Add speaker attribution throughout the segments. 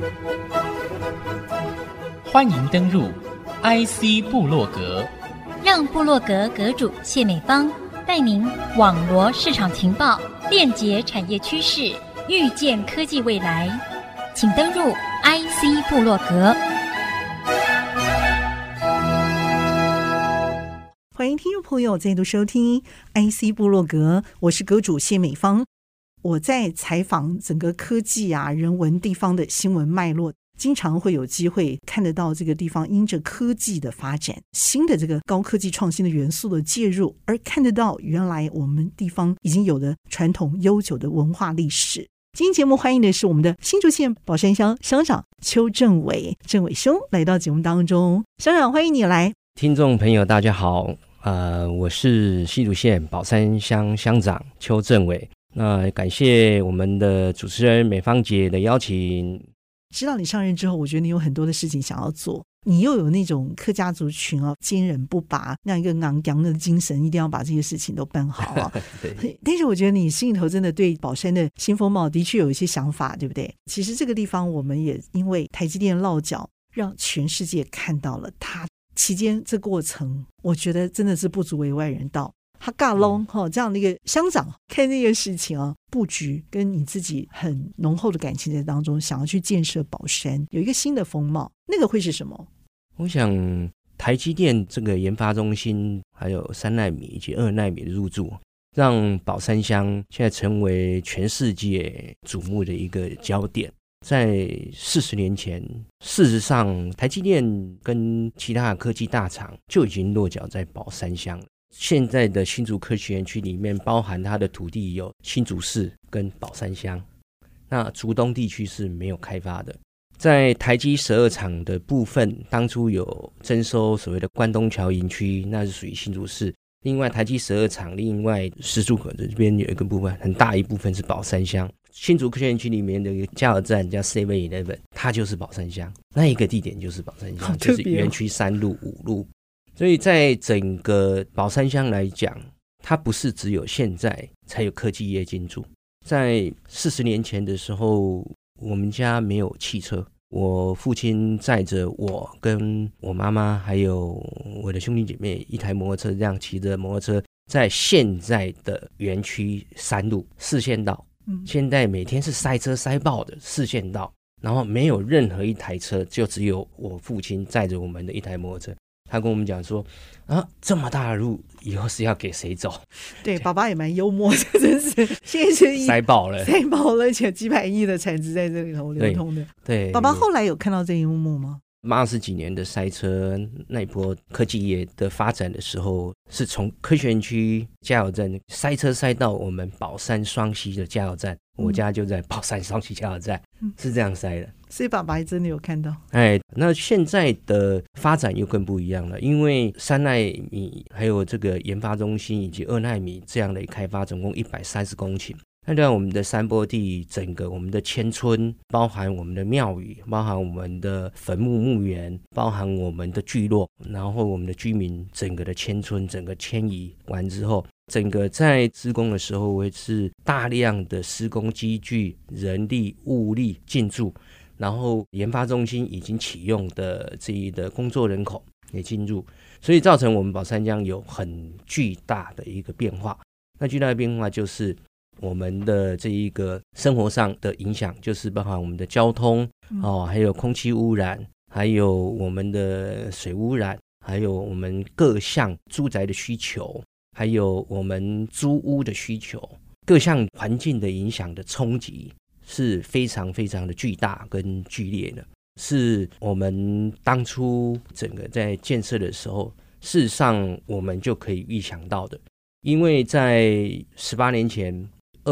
Speaker 1: 欢迎登入 IC 部落格，
Speaker 2: 让部落格阁主谢美芳带您网罗市场情报，链接产业趋势，预见科技未来。请登入 IC 部落格。
Speaker 3: 欢迎听众朋友再度收听 IC 部落格，我是阁主谢美芳。我在采访整个科技人文地方的新闻脉络，经常会有机会看得到这个地方因着科技的发展，新的这个高科技创新的元素的介入，而看得到原来我们地方已经有的传统悠久的文化历史。今天节目欢迎的是我们的新竹县宝山乡乡长邱正伟，正伟兄来到节目当中。乡长，欢迎你来。
Speaker 4: 听众朋友大家好，我是新竹县宝山乡乡长邱正伟。那感谢我们的主持人美芳姐的邀请。
Speaker 3: 知道你上任之后，我觉得你有很多的事情想要做，你又有那种客家族群坚韧不拔那样一个昂扬的精神，一定要把这些事情都办好对。但是我觉得你心里头真的对宝山的新风貌的确有一些想法，对不对？其实这个地方我们也因为台积电落脚，让全世界看到了它期间这过程，我觉得真的是不足为外人道。哈嘎隆这样的一个乡长看这个事情布局跟你自己很浓厚的感情在当中，想要去建设宝山有一个新的风貌，那个会是什么？
Speaker 4: 我想台积电这个研发中心还有3奈米以及2奈米的入驻，让宝山乡现在成为全世界瞩目的一个焦点。在40年前，事实上台积电跟其他的科技大厂就已经落脚在宝山乡了。现在的新竹科学园区里面包含它的土地有新竹市跟宝山乡，那竹东地区是没有开发的。在台积12厂的部分，当初有征收所谓的关东桥营区，那是属于新竹市。另外台积12厂另外石柱口这边有一个部分，很大一部分是宝山乡。新竹科学园区里面的一个加油站叫 7-Eleven， 它就是宝山乡，那一个地点就是宝山乡，就是园区3路5路。所以在整个宝山乡来讲，它不是只有现在才有科技业进驻。在40年前的时候，我们家没有汽车，我父亲载着我跟我妈妈还有我的兄弟姐妹一台摩托车，这样骑着摩托车在现在的园区3路4线道，现在每天是塞车塞爆的4线道，然后没有任何一台车，就只有我父亲载着我们的一台摩托车。他跟我们讲说这么大的路以后是要给谁走？对，
Speaker 3: 爸爸也蛮幽默的，真是现在是
Speaker 4: 塞爆了，
Speaker 3: 而且几百亿的产值在这里头流通的。对，爸爸后来有看到这一幕吗
Speaker 4: ？80几年的塞车那一波科技业的发展的时候，是从科学园区加油站塞车塞到我们宝山双溪的加油站，我家就在宝山双溪加油站，是这样塞的。
Speaker 3: 所以爸爸真的有看到。
Speaker 4: 那现在的发展又更不一样了，因为3奈米还有这个研发中心以及2奈米这样的开发，总共130公顷。那在我们的山坡地，整个我们的迁村，包含我们的庙宇，包含我们的坟墓墓园，包含我们的聚落，然后我们的居民整个的迁村，整个迁移完之后，整个在施工的时候会是大量的施工机具、人力、物力进驻，然后研发中心已经启用的这一的工作人口也进入，所以造成我们宝山乡有很巨大的一个变化。那巨大的变化就是我们的这一个生活上的影响，就是包含我们的交通还有空气污染，还有我们的水污染，还有我们各项住宅的需求，还有我们租屋的需求，各项环境的影响的冲击是非常非常的巨大跟剧烈的，是我们当初整个在建设的时候，事实上我们就可以预想到的。因为在18年前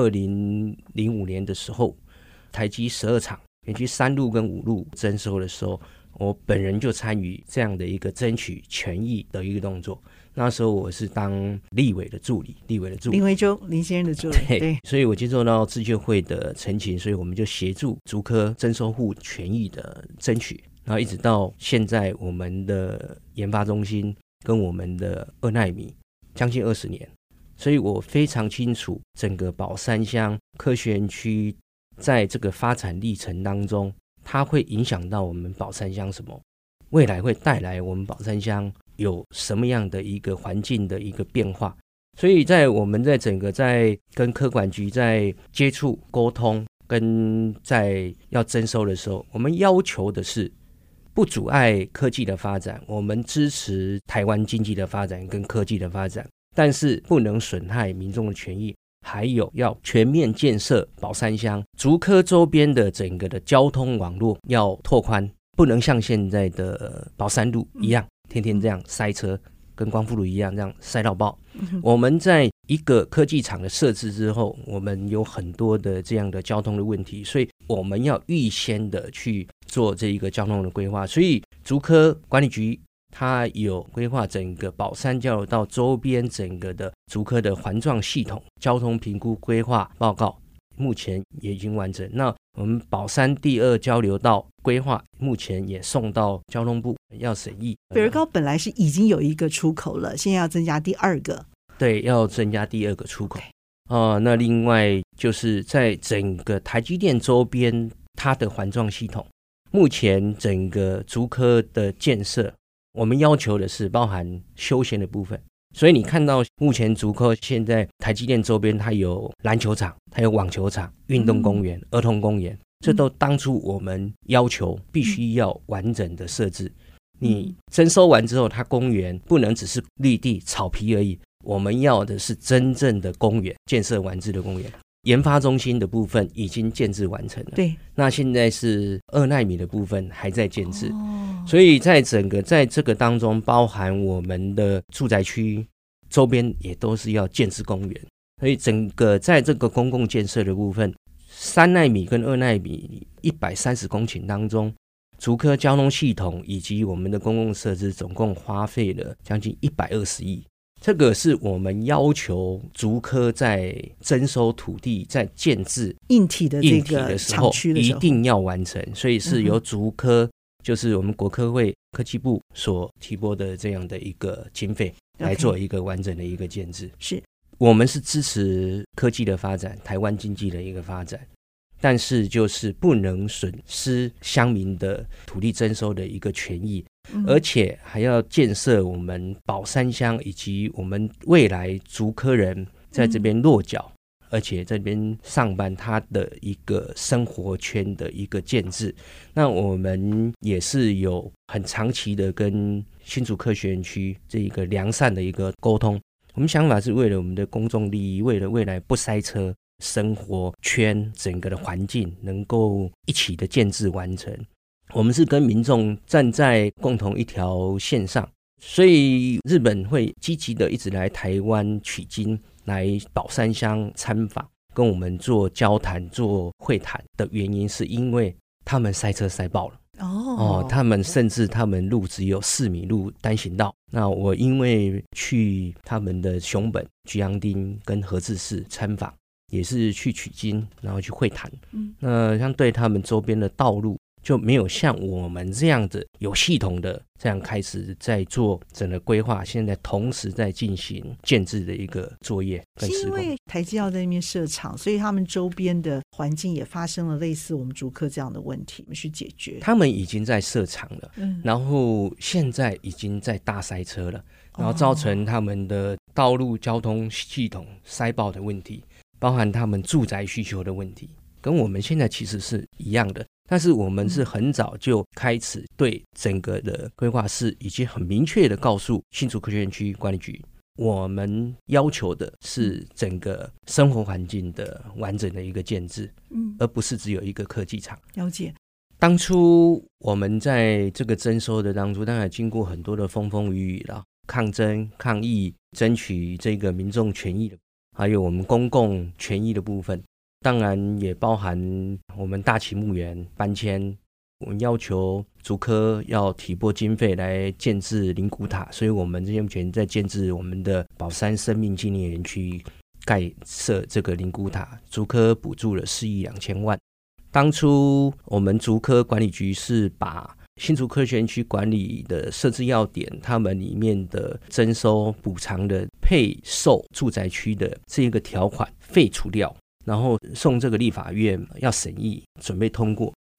Speaker 4: 2005年的时候，台积12厂园区3路跟5路征收的时候，我本人就参与这样的一个争取权益的一个动作。那时候我是当立委的助理，林维洲林先生的助理，对，所以我接受到自救会的陈情，所以我们就协助竹科征收户权益的争取，然后一直到现在我们的研发中心跟我们的2奈米将近20年，所以我非常清楚整个宝山乡科学园区在这个发展历程当中它会影响到我们宝山乡什么？未来会带来我们宝山乡有什么样的一个环境的一个变化？所以在我们在整个在跟科管局在接触沟通跟在要征收的时候，我们要求的是不阻碍科技的发展，我们支持台湾经济的发展跟科技的发展，但是不能损害民众的权益，还有要全面建设宝山乡竹科周边的整个的交通网络要拓宽，不能像现在的宝山路一样天天这样塞车，跟光复路一样这样塞到爆。我们在一个科技厂的设置之后，我们有很多的这样的交通的问题，所以我们要预先的去做这一个交通的规划。所以竹科管理局它有规划整个宝山交流道周边整个的竹科的环状系统交通评估规划报告，目前也已经完成。那我们宝山第2交流道规划目前也送到交通部要审议。
Speaker 3: 北儿高本来是已经有一个出口了，现在要增加第2个。
Speaker 4: 对，要增加第2个出口。那另外就是在整个台积电周边它的环状系统，目前整个竹科的建设，我们要求的是包含休闲的部分。所以你看到目前竹科现在台积电周边它有篮球场，它有网球场、运动公园、儿童公园，这都当初我们要求必须要完整的设置。你征收完之后，它公园不能只是绿地草皮而已，我们要的是真正的公园，建设完制的公园。研发中心的部分已经建制完成了，
Speaker 3: 对，
Speaker 4: 那现在是2奈米的部分还在建制。所以在整个在这个当中，包含我们的住宅区周边也都是要建制公园。所以整个在这个公共建设的部分，3奈米跟2奈米130公顷当中，竹科交通系统以及我们的公共设施总共花费了将近120亿。这个是我们要求竹科在征收土地在建制
Speaker 3: 硬体的这个
Speaker 4: 厂区的时候一定要完成，所以是由竹科就是我们国科会科技部所提拨的这样的一个经费来做一个完整的一个建制。
Speaker 3: 是
Speaker 4: 我们是支持科技的发展，台湾经济的一个发展，但是就是不能损失乡民的土地征收的一个权益，而且还要建设我们宝山乡以及我们未来竹科人在这边落脚，而且这边上班他的一个生活圈的一个建制。那我们也是有很长期的跟新竹科学园区这一个良善的一个沟通，我们想法是为了我们的公众利益，为了未来不塞车，生活圈整个的环境能够一起的建制完成。我们是跟民众站在共同一条线上，所以日本会积极的一直来台湾取经，来宝山乡参访，跟我们做交谈做会谈的原因是因为他们塞车塞爆了。他们甚至他们路只有4米路单行道。那我因为去他们的熊本、菊阳町跟和志市参访，也是去取经，然后去会谈。那相对他们周边的道路就没有像我们这样的有系统的这样开始在做整个规划，现在同时在进行建制的一个作业跟施工。
Speaker 3: 是因为台积要在那边设厂，所以他们周边的环境也发生了类似我们竹科这样的问题，我们去解决。
Speaker 4: 他们已经在设厂了，然后现在已经在大塞车了，然后造成他们的道路交通系统塞爆的问题，包含他们住宅需求的问题，跟我们现在其实是一样的。但是我们是很早就开始对整个的规划是已经很明确的告诉新竹科学园区管理局，我们要求的是整个生活环境的完整的一个建制，而不是只有一个科技厂。
Speaker 3: 了解。
Speaker 4: 当初我们在这个征收的当中，当然经过很多的风风雨雨啦，抗争、抗议、争取这个民众权益的，还有我们公共权益的部分。当然也包含我们大旗墓园搬迁，我们要求竹科要提拨经费来建制灵骨塔，所以我们目前在建制我们的宝山生命纪念园区盖设这个灵骨塔，竹科补助了4亿2千万。当初我们竹科管理局是把新竹科学园区管理的设置要点，他们里面的征收补偿的配售住宅区的这个条款废除掉，然后送这个立法院要审议准备通过，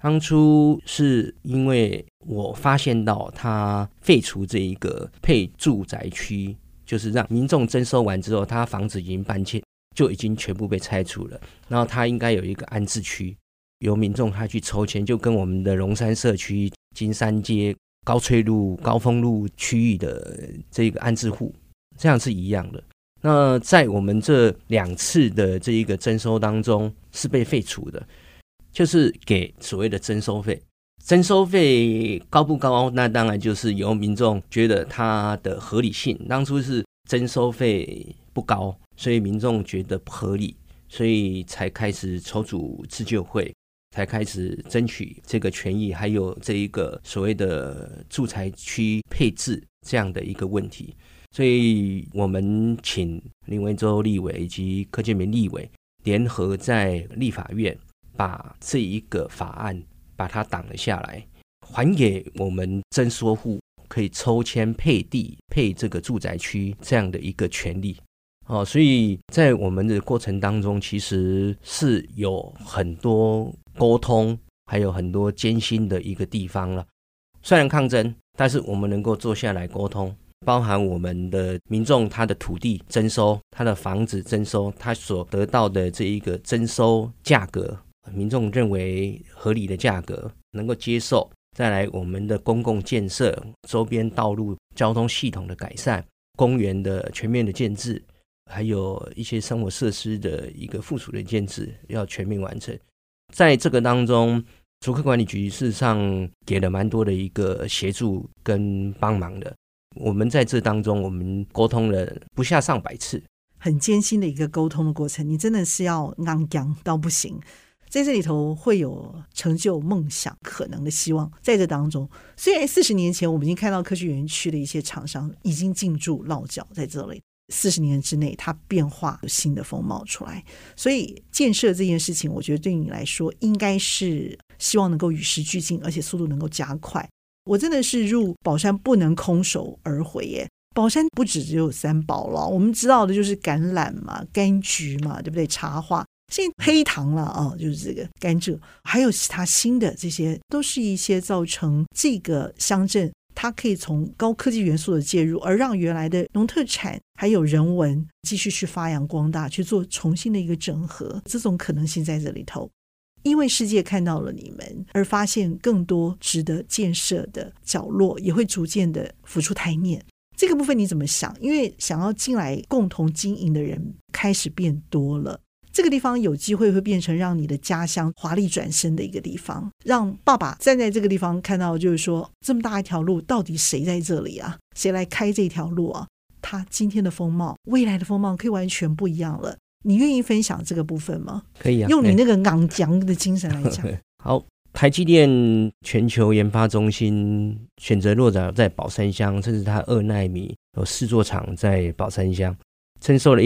Speaker 4: 当初是因为我发现到他废除这一个配住宅区，就是让民众征收完之后，他房子已经搬迁，就已经全部被拆除了，然后他应该有一个安置区，由民众他去抽签，就跟我们的龙山社区、金山街、高翠路、高丰路区域的这个安置户，这样是一样的。那在我们这2次的这一个征收当中是被废除的，就是给所谓的征收费。征收费高不高？那当然就是由民众觉得它的合理性。当初是征收费不高，所以民众觉得不合理，所以才开始筹组自救会，才开始争取这个权益，还有这一个所谓的住宅区配置这样的一个问题。所以我们请林维洲立委以及柯建铭立委联合在立法院把这一个法案把它挡了下来，还给我们征收户可以抽签配地配这个住宅区这样的一个权利。所以在我们的过程当中其实是有很多沟通，还有很多艰辛的一个地方了。虽然抗争，但是我们能够坐下来沟通，包含我们的民众他的土地征收，他的房子征收，他所得到的这一个征收价格，民众认为合理的价格能够接受，再来我们的公共建设、周边道路交通系统的改善、公园的全面的建制，还有一些生活设施的一个附属的建制要全面完成。在这个当中，竹科管理局事实上给了蛮多的一个协助跟帮忙的。我们在这当中我们沟通了不下上百次，
Speaker 3: 很艰辛的一个沟通的过程，你真的是要硬讲到不行。在这里头会有成就梦想可能的希望在这当中。虽然40年前我们已经看到科学园区的一些厂商已经进驻落脚在这里，40年之内它变化有新的风貌出来，所以建设这件事情我觉得对你来说应该是希望能够与时俱进，而且速度能够加快。我真的是入宝山不能空手而回耶。宝山不只有3宝了，我们知道的就是橄榄嘛、柑橘嘛，对不对？茶花，现在黑糖了就是这个甘蔗，还有其他新的，这些都是一些造成这个乡镇它可以从高科技元素的介入，而让原来的农特产还有人文继续去发扬光大，去做重新的一个整合，这种可能性在这里头。因为世界看到了你们，而发现更多值得建设的角落，也会逐渐的浮出台面。这个部分你怎么想？因为想要进来共同经营的人开始变多了，这个地方有机会会变成让你的家乡华丽转身的一个地方，让爸爸站在这个地方看到，就是说这么大一条路，到底谁在这里啊？谁来开这条路啊？他今天的风貌，未来的风貌可以完全不一样了。你愿意分享这个部分吗？
Speaker 4: 可以啊，
Speaker 3: 用你那个昂讲的精神来讲。
Speaker 4: 好，台积电全球研发中心选择落脚在宝山乡，这是它2奈米有4座厂在宝山乡，征收了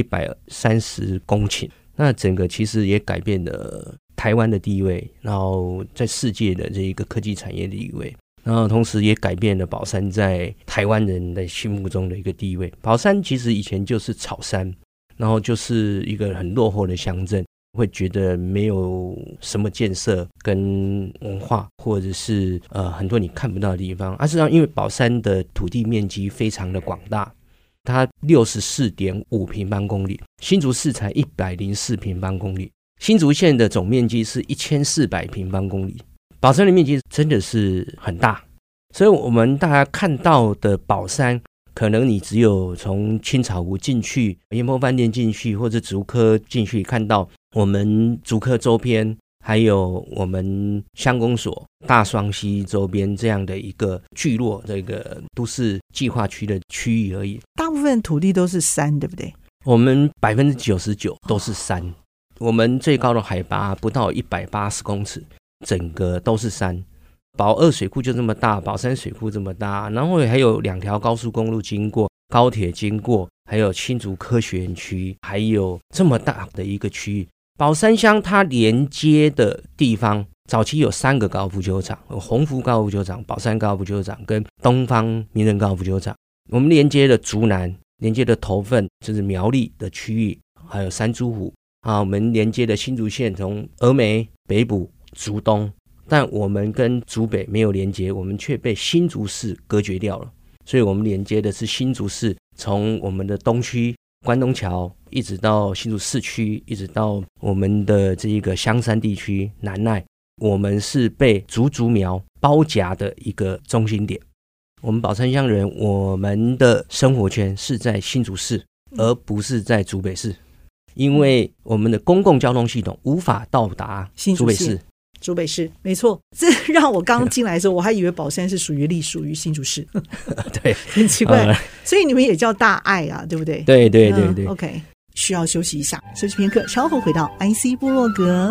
Speaker 4: 130公顷。那整个其实也改变了台湾的地位，然后在世界的这一个科技产业的地位，然后同时也改变了宝山在台湾人的心目中的一个地位。宝山其实以前就是草山，然后就是一个很落后的乡镇，会觉得没有什么建设跟文化，或者是很多你看不到的地方。事实上因为宝山的土地面积非常的广大，它 64.5 平方公里，新竹市才104平方公里，新竹县的总面积是1400平方公里，宝山的面积真的是很大。所以我们大家看到的宝山，可能你只有从青草湖进去、盐坡饭店进去，或者竹科进去，看到我们竹科周边，还有我们乡公所、大双溪周边这样的一个聚落，这个都市计划区的区域而已。
Speaker 3: 大部分土地都是山，对不对？
Speaker 4: 我们 99% 都是山，我们最高的海拔不到180公尺，整个都是山。宝二水库就这么大，宝山水库这么大，然后还有2条高速公路经过，高铁经过，还有新竹科学园区，还有这么大的一个区域。宝山乡它连接的地方，早期有3个高尔夫球场，有鸿福高尔夫球场、宝山高尔夫球场跟东方名人高尔夫球场。我们连接的竹南，连接的头份，就是苗栗的区域，还有山猪湖我们连接的新竹县，从峨眉、北埔、竹东但我们跟竹北没有连接，我们却被新竹市隔绝掉了。所以我们连接的是新竹市，从我们的东区关东桥一直到新竹市区，一直到我们的这一个香山地区南赖，我们是被竹苗包夹的一个中心点。我们宝山乡人，我们的生活圈是在新竹市，而不是在竹北市，因为我们的公共交通系统无法到达竹北市。
Speaker 3: 竹北市没错，这让我刚进来的时候我还以为宝山是隶属于新竹市
Speaker 4: 对，
Speaker 3: 很奇怪所以你们也叫大爱啊，对不对？
Speaker 4: 对对对对、
Speaker 3: OK， 需要休息一下，休息片刻，稍后回到 IC 部落格。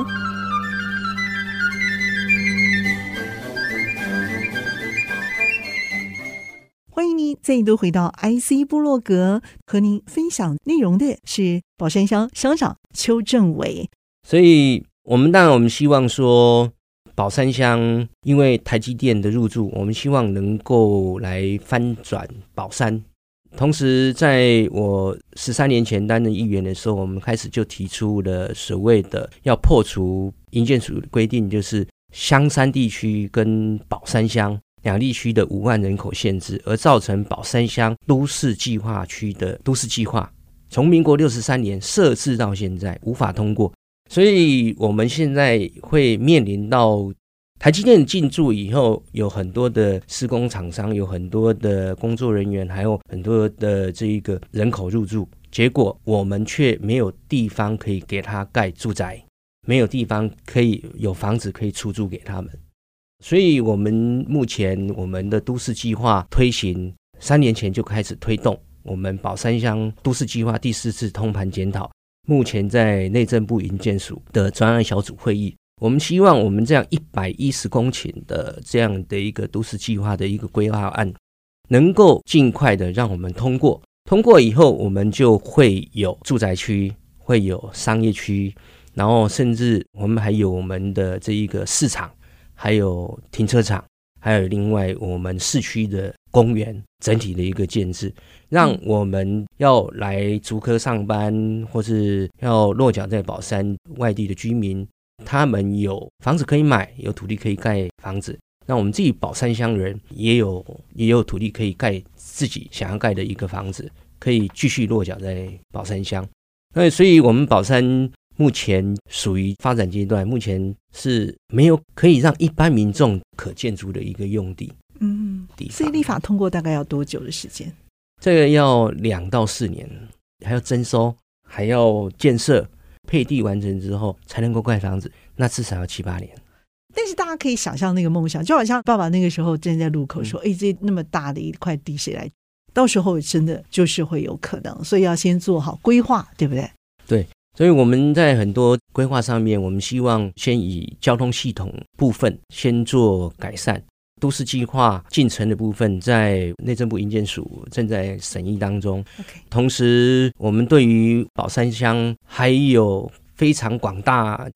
Speaker 3: 欢迎您再度回到 IC 部落格，和您分享内容的是宝山乡乡长邱政伟。
Speaker 4: 所以我们希望说，宝山乡因为台积电的入驻，我们希望能够来翻转宝山。同时在我13年前担任议员的时候，我们开始就提出了所谓的要破除营建署的规定，就是香山地区跟宝山乡两地区的5万人口限制，而造成宝山乡都市计划区的都市计划从民国63年设置到现在无法通过。所以我们现在会面临到台积电进驻以后，有很多的施工厂商，有很多的工作人员，还有很多的这一个人口入驻，结果我们却没有地方可以给他盖住宅，没有地方可以有房子可以出租给他们。所以我们目前我们的都市计划推行3年前就开始推动，我们宝山乡都市计划第4次通盘检讨，目前在内政部营建署的专案小组会议，我们希望我们这样110公顷的这样的一个都市计划的一个规划案能够尽快的让我们通过。通过以后，我们就会有住宅区，会有商业区，然后甚至我们还有我们的这一个市场，还有停车场，还有另外我们市区的公园整体的一个建制，让我们要来竹科上班或是要落脚在宝山外地的居民，他们有房子可以买，有土地可以盖房子，那我们自己宝山乡人也有土地可以盖自己想要盖的一个房子，可以继续落脚在宝山乡。那所以我们宝山目前属于发展阶段，目前是没有可以让一般民众可建筑的一个用地。
Speaker 3: 所以立法通过大概要多久的时间？
Speaker 4: 这个要2到4年，还要征收，还要建设，配地完成之后才能够盖房子，那至少要7、8年。
Speaker 3: 但是大家可以想象那个梦想，就好像爸爸那个时候站在路口说这那么大的一块地谁来，到时候真的就是会有可能，所以要先做好规划，对不对？
Speaker 4: 对，所以我们在很多规划上面，我们希望先以交通系统部分先做改善，都市计划进程的部分在内政部营建署正在审议当中。同时我们对于宝山乡还有非常广大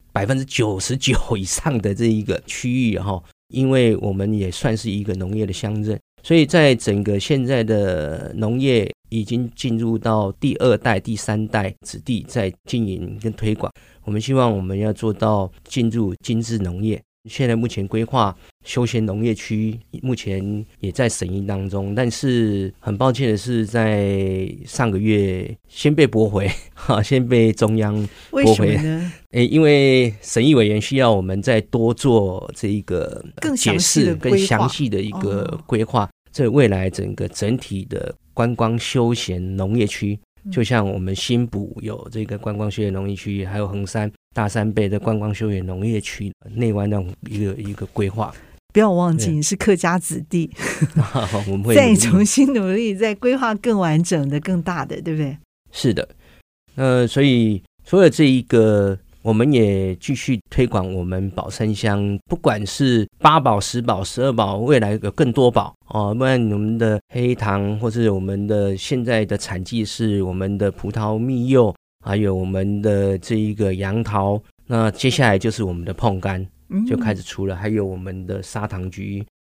Speaker 4: 99%以上的这一个区域，因为我们也算是一个农业的乡镇，所以在整个现在的农业已经进入到第2代、第3代子弟在经营跟推广。我们希望我们要做到进入精致农业，现在目前规划休闲农业区目前也在审议当中，但是很抱歉的是在上个月先被驳回，先被中央驳回。为什么呢？因为审议委员需要我们再多做这一个解释更详细的一个规划，这未来整体的观光休闲农业区，就像我们新埔有这个观光休闲农业区，还有横山大山背的观光休闲农业区内湾那种一个规划。
Speaker 3: 不要忘记你是客家子弟
Speaker 4: 我们会
Speaker 3: 再重新努力，再规划更完整的更大的，对不对？
Speaker 4: 是的。所以所有这一个我们也继续推广我们宝山乡，不管是8宝、10宝、12宝，未来有更多宝不然我们的黑糖，或是我们的现在的产季是我们的葡萄蜜柚，还有我们的这一个杨桃，那接下来就是我们的椪柑就开始出了，还有我们的砂糖橘，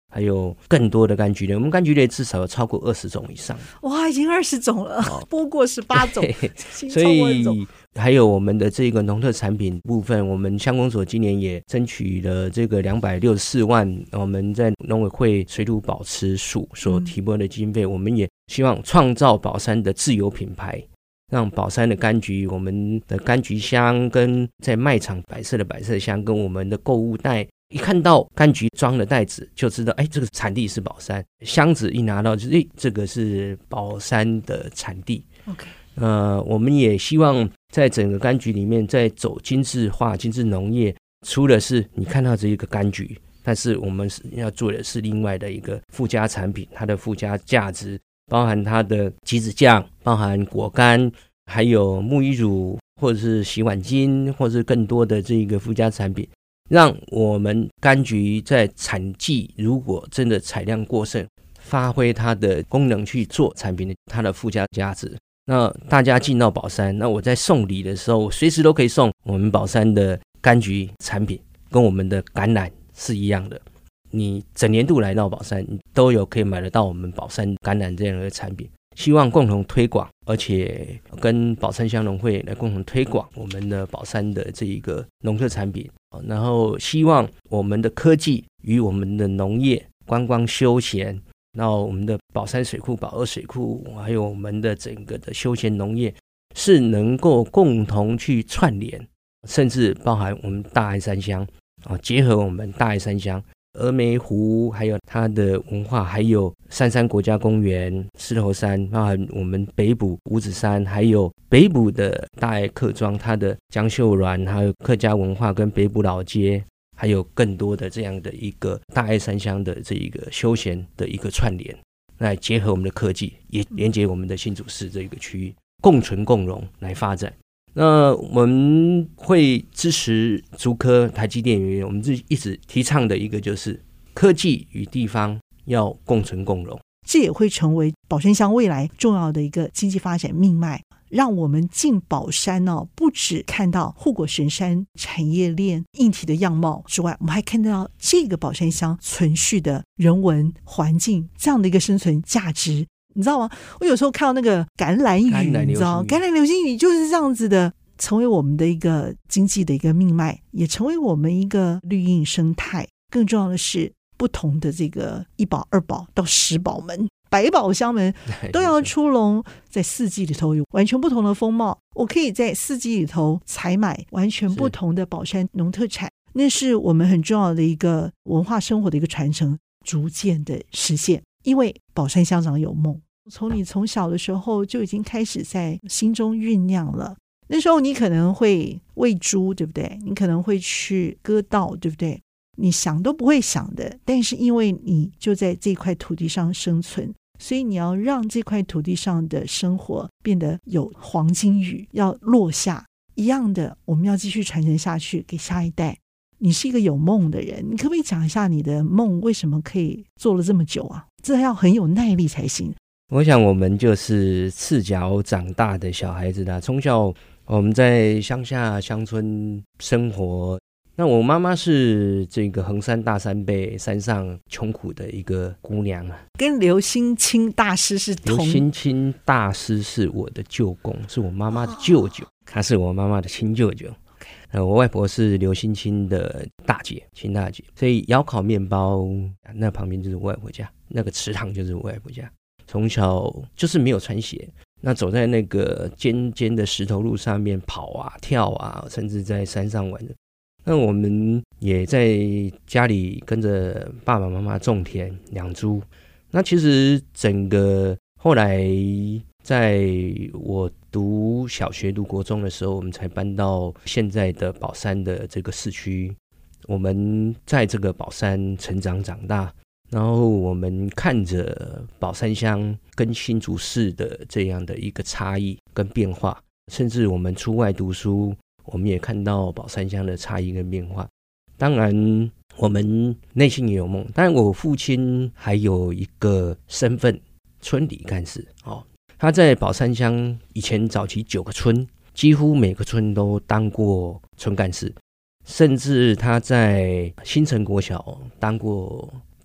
Speaker 4: 还有更多的柑橘类，我们柑橘类至少有超过20种以上。
Speaker 3: 哇，已经20种了，播过18种，
Speaker 4: 所以还有我们的这个农特产品部分，我们乡公所今年也争取了这个264万，我们在农委会水土保持署所提拨的经费，我们也希望创造宝山的自有品牌，让宝山的柑橘，我们的柑橘箱跟在卖场摆设的摆设箱跟我们的购物袋，一看到柑橘装的袋子就知道，这个产地是宝山，箱子一拿到就是这个是宝山的产地。
Speaker 3: OK，
Speaker 4: 我们也希望在整个柑橘里面在走精致化、精致农业，除了是你看到这一个柑橘，但是我们要做的是另外的一个附加产品，它的附加价值包含它的橘子酱，包含果干，还有沐浴乳或者是洗碗巾，或者是更多的这个附加产品，让我们柑橘在产季如果真的产量过剩，发挥它的功能去做产品的它的附加价值。那大家进到宝山，那我在送礼的时候随时都可以送我们宝山的柑橘产品，跟我们的橄榄是一样的，你整年度来到宝山，你都有可以买得到我们宝山橄榄这样的产品。希望共同推广，而且跟宝山乡农会来共同推广我们的宝山的这一个农特产品，然后希望我们的科技与我们的农业、观光休闲，然后我们的宝山水库、宝二水库，还有我们的整个的休闲农业是能够共同去串联，甚至包含我们大爱三乡，结合我们大爱三乡峨眉湖，还有它的文化，还有三山国家公园、狮头山，包含我们北埔五指山，还有北埔的大爱客庄，它的江秀峦，还有客家文化跟北埔老街，还有更多的这样的一个大爱三乡的这一个休闲的一个串联，来结合我们的科技，也连接我们的新竹市这个区域，共存共荣来发展。那我们会支持竹科、台积电，我们一直提倡的一个就是科技与地方要共存共荣，
Speaker 3: 这也会成为宝山乡未来重要的一个经济发展命脉，让我们进宝山不只看到护国神山产业链硬体的样貌之外，我们还看到这个宝山乡存续的人文环境这样的一个生存价值。你知道吗？我有时候看到那个橄榄雨，你知道橄榄流星雨就是这样子的，成为我们的一个经济的一个命脉，也成为我们一个绿荫生态。更重要的是，不同的这个1宝、2宝到10宝门、百宝乡门都要出笼，在4季里头有完全不同的风貌。我可以在4季里头采买完全不同的宝山农特产，那是我们很重要的一个文化生活的一个传承，逐渐的实现。因为宝山乡长有梦，从你从小的时候就已经开始在心中酝酿了。那时候你可能会喂猪，对不对？你可能会去割稻，对不对？你想都不会想的，但是因为你就在这块土地上生存，所以你要让这块土地上的生活变得有黄金雨要落下一样的，我们要继续传承下去给下一代。你是一个有梦的人，你可不可以讲一下你的梦为什么可以做了这么久啊？这要很有耐力才行。
Speaker 4: 我想我们就是赤脚长大的小孩子啦，从小我们在乡下乡村生活。那我妈妈是这个横山大山背山上穷苦的一个姑娘啊，
Speaker 3: 跟刘兴清大师是同。
Speaker 4: 刘兴清大师是我的舅公，是我妈妈的舅舅，他是我妈妈的亲舅舅。我外婆是刘兴清的大姐，亲大姐，所以窑烤面包那旁边就是我外婆家，那个池塘就是我外婆家。从小就是没有穿鞋，那走在那个尖尖的石头路上面跑啊跳啊，甚至在山上玩的。那我们也在家里跟着爸爸妈妈种田养猪。那其实整个后来在我读小学读国中的时候，我们才搬到现在的宝山的这个市区。我们在这个宝山成长长大，然后我们看着宝山乡跟新竹市的这样的一个差异跟变化，甚至我们出外读书，我们也看到宝山乡的差异跟变化。当然我们内心也有梦，但我父亲还有一个身份，村里干事他在宝山乡以前早期9个村，几乎每个村都当过村干事，甚至他在新城国小当过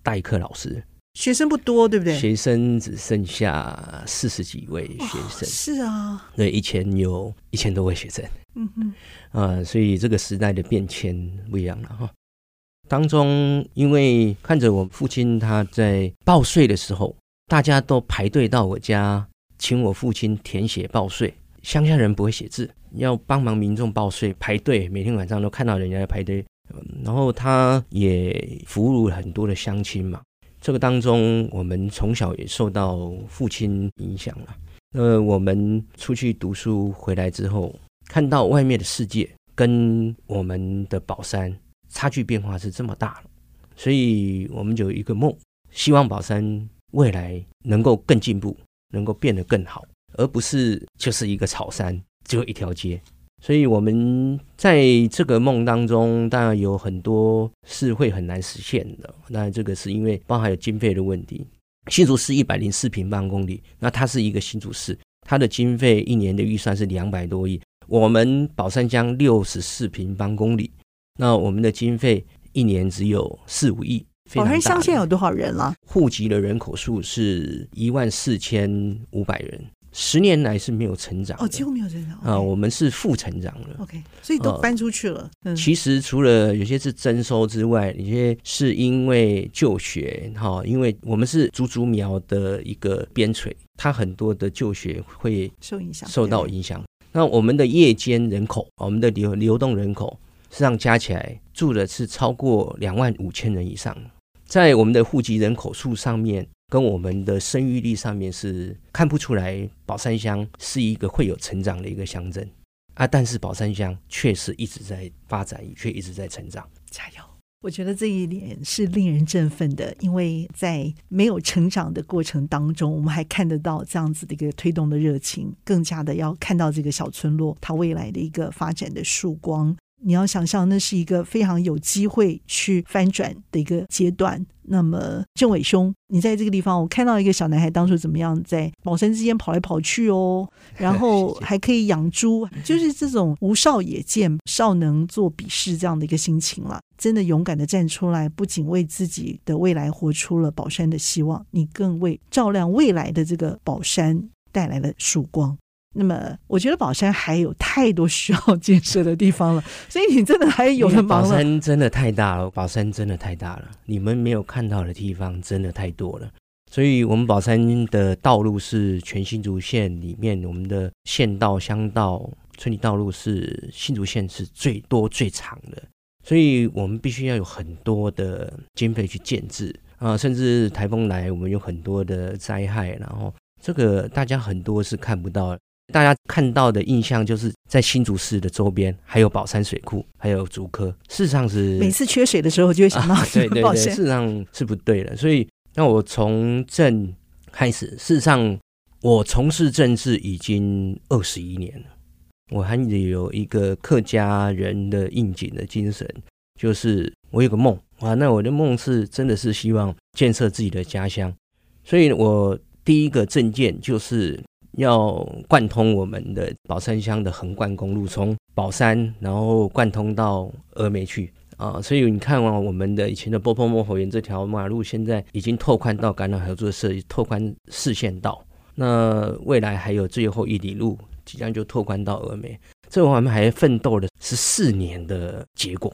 Speaker 4: 代课老师，
Speaker 3: 学生不多，对不对？
Speaker 4: 学生只剩下40几位学生。
Speaker 3: 是啊，
Speaker 4: 对，以前有1000多位学生。所以这个时代的变迁不一样了哈。当中因为看着我父亲他在报税的时候，大家都排队到我家请我父亲填写报税。乡下人不会写字，要帮忙民众报税，排队，每天晚上都看到人家在排队。然后他也服务很多的乡亲嘛，这个当中我们从小也受到父亲影响了。我们出去读书回来之后，看到外面的世界跟我们的宝山差距变化是这么大了，所以我们就有一个梦，希望宝山未来能够更进步，能够变得更好，而不是就是一个草山只有一条街。所以我们在这个梦当中当然有很多是会很难实现的，那这个是因为包含有经费的问题。新竹市104平方公里，那它是一个新竹市，它的经费一年的预算是200多亿，我们宝山乡64平方公里，那我们的经费一年只有4、5亿。
Speaker 3: 宝山乡现在有多少人了？
Speaker 4: 户籍的人口数是14500人，10年来是没有成长
Speaker 3: 几乎没有成长
Speaker 4: 我们是负成长了。
Speaker 3: OK， 所以都搬出去了。
Speaker 4: 其实除了有些是征收之外，有些是因为就学因为我们是竹竹苗的一个边陲，它很多的就学会受到影响。那我们的夜间人口，我们的流动人口实际上加起来住的是超过25000人以上，在我们的户籍人口数上面跟我们的生育率上面是看不出来宝山乡是一个会有成长的一个乡镇但是宝山乡确实一直在发展，却一直在成长。
Speaker 3: 加油！我觉得这一点是令人振奋的，因为在没有成长的过程当中，我们还看得到这样子的一个推动的热情，更加的要看到这个小村落它未来的一个发展的曙光。你要想象那是一个非常有机会去翻转的一个阶段。那么政委兄，你在这个地方，我看到一个小男孩当初怎么样在宝山之间跑来跑去然后还可以养猪，就是这种无少也见，少能做比试这样的一个心情了。真的勇敢的站出来，不仅为自己的未来活出了宝山的希望，你更为照亮未来的这个宝山带来了曙光。那么我觉得宝山还有太多需要建设的地方了，所以你真的还有的忙了。
Speaker 4: 宝山真的太大了，宝山真的太大了，你们没有看到的地方真的太多了。所以我们宝山的道路是全新竹县里面，我们的县道、乡道、村里道路是新竹县是最多最长的，所以我们必须要有很多的经费去建制甚至台风来我们有很多的灾害，然后这个大家很多是看不到的。大家看到的印象就是在新竹市的周边还有宝山水库还有竹科，事实上是
Speaker 3: 每次缺水的时候就会想到
Speaker 4: 对对对，事实上是不对的。所以那我从政开始，事实上我从事政治已经21年了，我还有一个客家人的应景的精神，就是我有个梦那我的梦是真的是希望建设自己的家乡，所以我第一个政见就是要贯通我们的宝山乡的横贯公路，从宝山然后贯通到峨眉去所以你看我们的以前的波波摩火园这条马路现在已经拓宽到橄榄合作社，拓宽4线道，那未来还有最后1里路即将就拓宽到峨眉，这我们还奋斗了14年的结果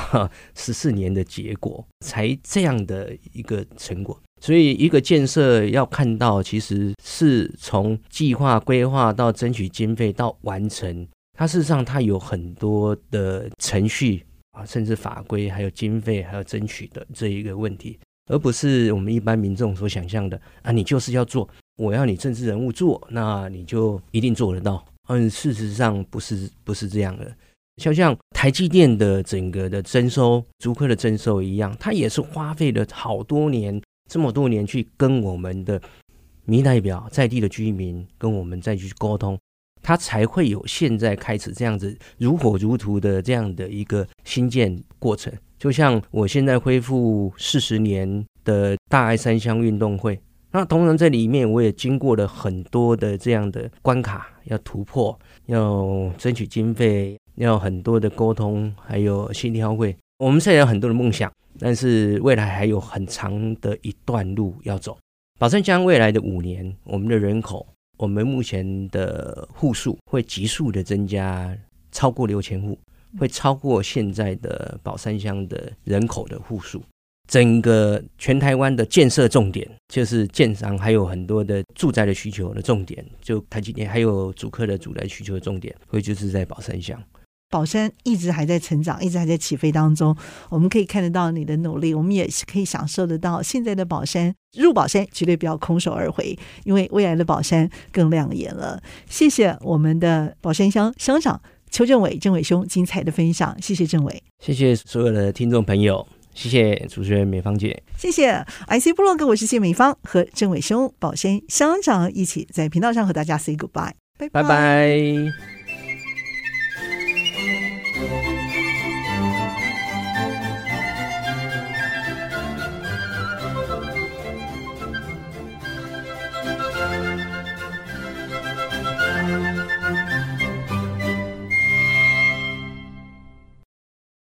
Speaker 4: 14年的结果才这样的一个成果。所以一个建设要看到其实是从计划规划到争取经费到完成，它事实上它有很多的程序甚至法规还有经费还有争取的这一个问题，而不是我们一般民众所想象的你就是要做，我要你政治人物做，那你就一定做得到事实上不是这样的。像台积电的整个的征收，竹科的征收一样，它也是花费了好多年，这么多年去跟我们的民意代表在地的居民跟我们再去沟通，它才会有现在开始这样子如火如荼的这样的一个新建过程。就像我现在恢复40年的大爱三乡运动会，那同样在里面我也经过了很多的这样的关卡，要突破，要争取经费，要很多的沟通，还有协调会。 我们虽然有很多的梦想，但是未来还有很长的一段路要走。宝山乡未来的5年，我们的人口，我们目前的户数会急速的增加，超过6000户，会超过现在的宝山乡的人口的户数。整个全台湾的建设重点，就是建商还有很多的住宅的需求的重点，就台积电还有竹科的住宅需求的重点，会就是在宝山乡。
Speaker 3: 宝山一直还在成长，一直还在起飞当中，我们可以看得到你的努力，我们也是可以享受得到现在的宝山。入宝山绝对不要空手而回，因为未来的宝山更亮眼了。谢谢我们的宝山乡乡长邱政委政委兄精彩的分享，谢谢政委，
Speaker 4: 谢谢所有的听众朋友，谢谢主持人美芳姐，
Speaker 3: 谢谢 IC 部落格，我是谢美芳，和政委兄宝山乡长一起在频道上和大家 say goodbye， 拜拜。